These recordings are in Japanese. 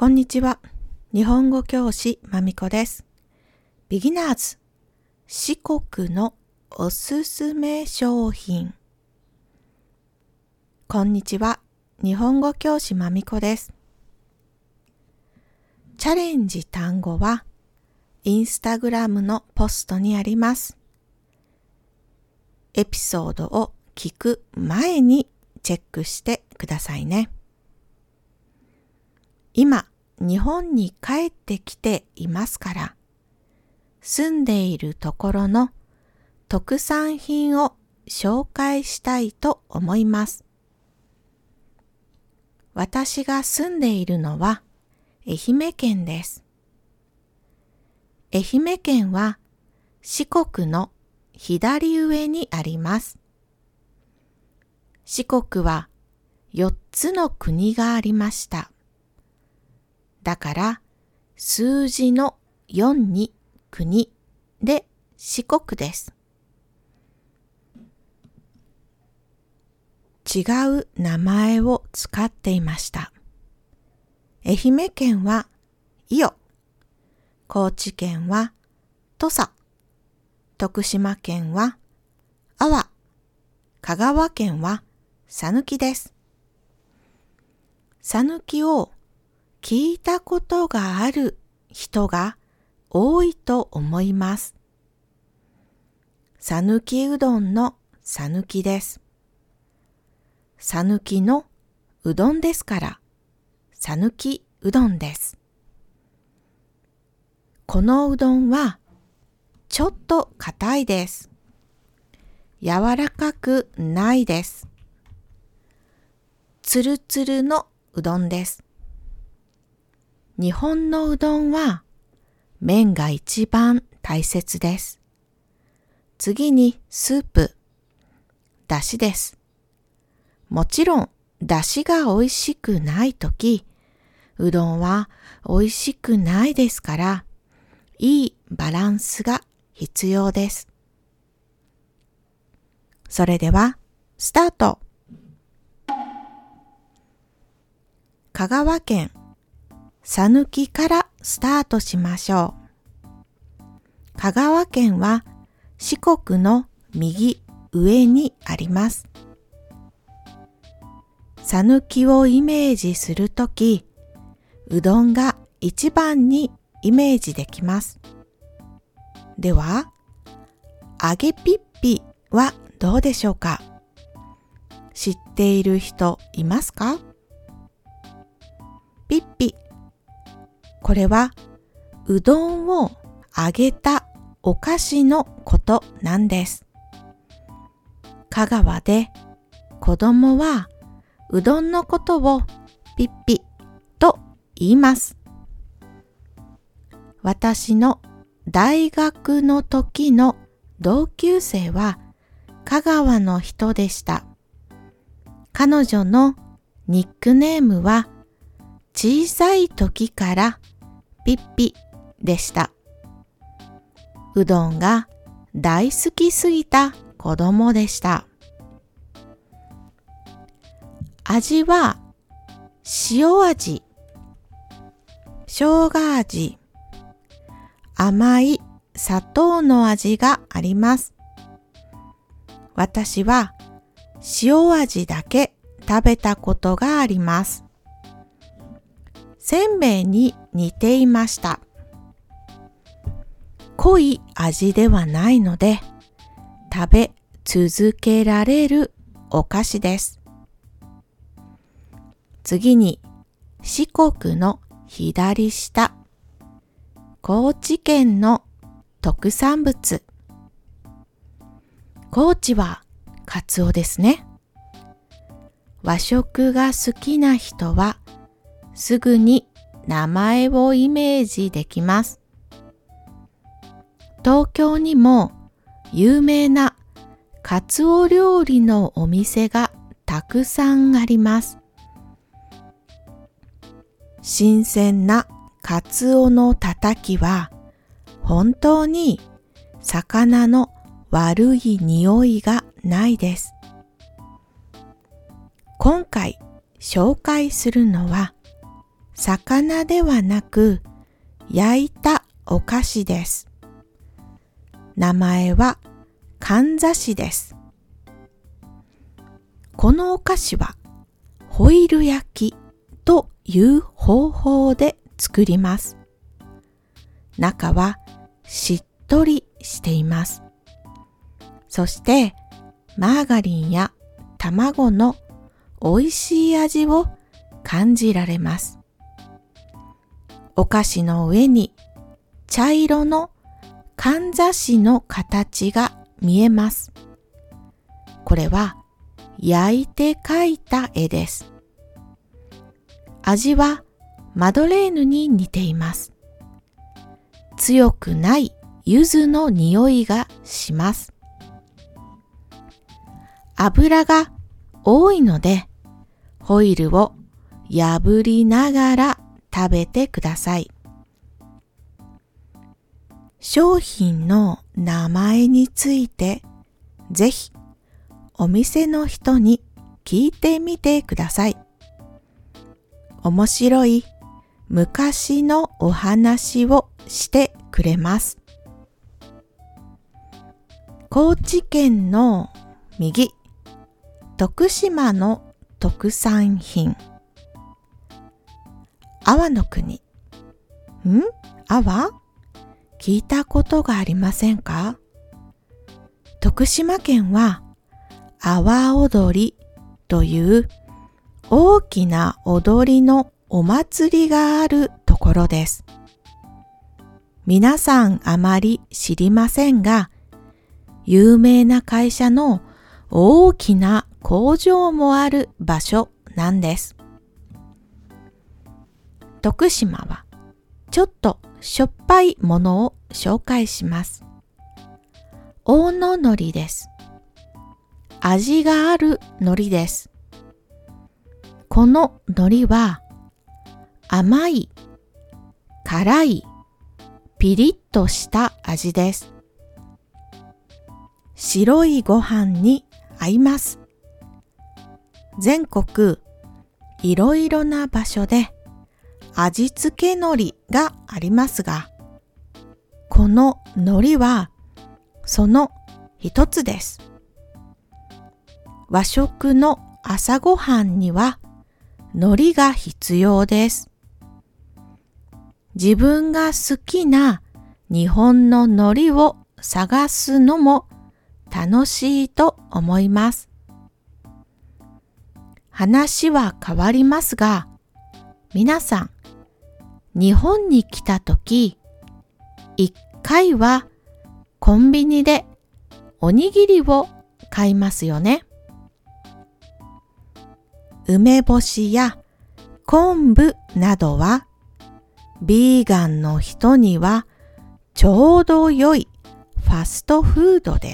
こんにちは。日本語教師まみこです。ビギナーズ四国のおすすめ商品。こんにちは。日本語教師まみこです。チャレンジ単語はインスタグラムのポストにあります。エピソードを聞く前にチェックしてくださいね。今、日本に帰ってきていますから、住んでいるところの特産品を紹介したいと思います。私が住んでいるのは愛媛県です。愛媛県は四国の左上にあります。四国は4つの国がありました。だから数字の4に国で四国です。違う名前を使っていました。愛媛県は伊予、高知県は土佐、徳島県は阿波、香川県はさぬきです。さぬきを聞いたことがある人が多いと思います。さぬきうどんのさぬきです。さぬきのうどんですから、さぬきうどんです。このうどんはちょっと硬いです。柔らかくないです。つるつるのうどんです。日本のうどんは麺が一番大切です。次にスープ、だしです。もちろんだしが美味しくないとき、うどんは美味しくないですから、いいバランスが必要です。それではスタート。香川県さぬきからスタートしましょう。香川県は四国の右上にあります。さぬきをイメージするとき、うどんが一番にイメージできます。では、揚げピッピはどうでしょうか？知っている人いますか？ピッピ。これはうどんを揚げたお菓子のことなんです。香川で子供はうどんのことをピッピと言います。私の大学の時の同級生は香川の人でした。彼女のニックネームは小さい時からピッピでした。うどんが大好きすぎた子供でした。味は塩味、生姜味、甘い砂糖の味があります。私は塩味だけ食べたことがあります。せんべいに似ていました。濃い味ではないので、食べ続けられるお菓子です。次に、四国の左下、高知県の特産物。高知はカツオですね。和食が好きな人は、すぐに名前をイメージできます。東京にも有名なカツオ料理のお店がたくさんあります。新鮮なカツオのたたきは本当に魚の悪い匂いがないです。今回紹介するのは魚ではなく焼いたお菓子です。名前はかんざしです。このお菓子はホイル焼きという方法で作ります。中はしっとりしています。そしてマーガリンや卵の美味しい味を感じられます。お菓子の上に茶色のかんざしの形が見えます。これは焼いて描いた絵です。味はマドレーヌに似ています。強くない柚子の匂いがします。油が多いので、ホイルを破りながら食べてください。商品の名前についてぜひお店の人に聞いてみてください。面白い昔のお話をしてくれます。高知県の右、徳島の特産品。阿波の国。阿波？聞いたことがありませんか？徳島県は阿波踊りという大きな踊りのお祭りがあるところです。皆さんあまり知りませんが、有名な会社の大きな工場もある場所なんです。徳島はちょっとしょっぱいものを紹介します。大野海苔です。味がある海苔です。この海苔は甘い、辛い、ピリッとした味です。白いご飯に合います。全国いろいろな場所で味付け海苔がありますが、この海苔はその一つです。和食の朝ごはんには海苔が必要です。自分が好きな日本の海苔を探すのも楽しいと思います。話は変わりますが、皆さん、日本に来たとき、一回はコンビニでおにぎりを買いますよね。梅干しや昆布などはビーガンの人にはちょうど良いファストフードです。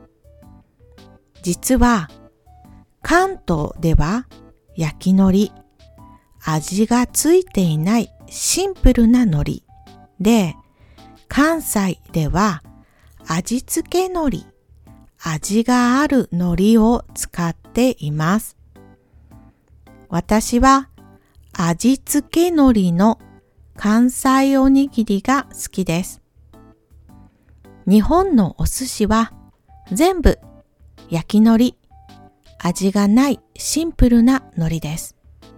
実は関東では焼き海苔、味がついていないシンプルな海苔で、関西では味付け海苔、味がある海苔を使っています。私は味付け海苔の関西おにぎりが好きです。日本のお寿司は全部焼き海苔、味がないシンプルな海苔です。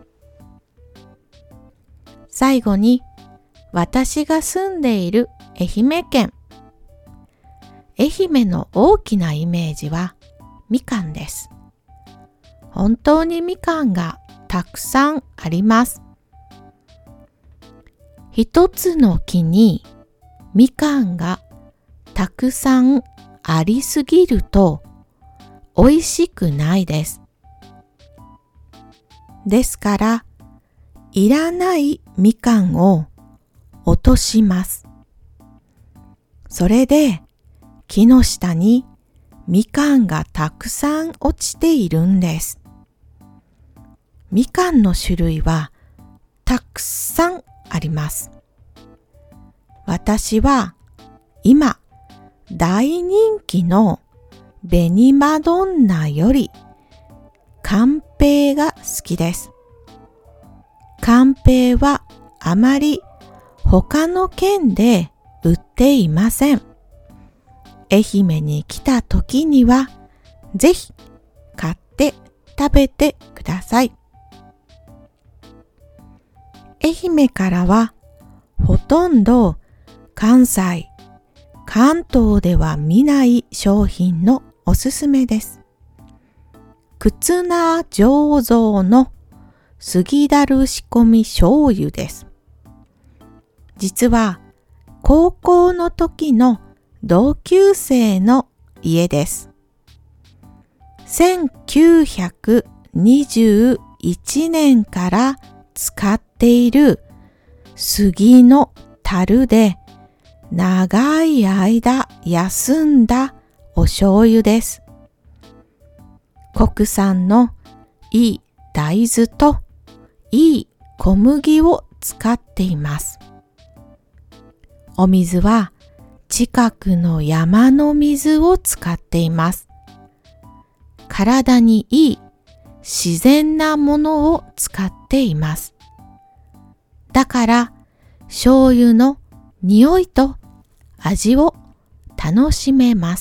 最後に、私が住んでいる愛媛県。愛媛の大きなイメージはみかんです。本当にみかんがたくさんあります。一つの木にみかんがたくさんありすぎると美味しくないです。ですから、いらないみかんを落とします。それで木の下にみかんがたくさん落ちているんです。みかんの種類はたくさんあります。私は今大人気の紅マドンナよりカンペイが好きです。 カンペイはあまり他の県で売っていません。愛媛に来た時にはぜひ買って食べてください。愛媛からはほとんど関西、関東では見ない商品のおすすめです。忽那醸造の杉だる仕込み醤油です。実は高校の時の同級生の家です。1921年から使っている杉の樽で長い間休んだお醤油です。国産のいい大豆といい小麦を使っています。お水は近くの山の水を使っています。体にいい自然なものを使っています。だから醤油の匂いと味を楽しめます。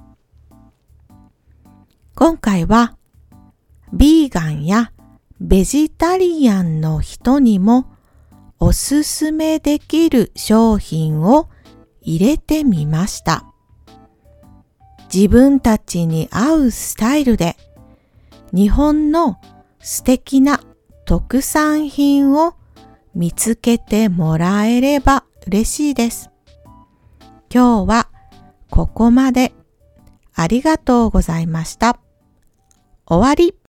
今回はビーガンやベジタリアンの人にもおすすめできる商品を入れてみました。自分たちに合うスタイルで日本の素敵な特産品を見つけてもらえれば嬉しいです。今日はここまで。ありがとうございました。終わり。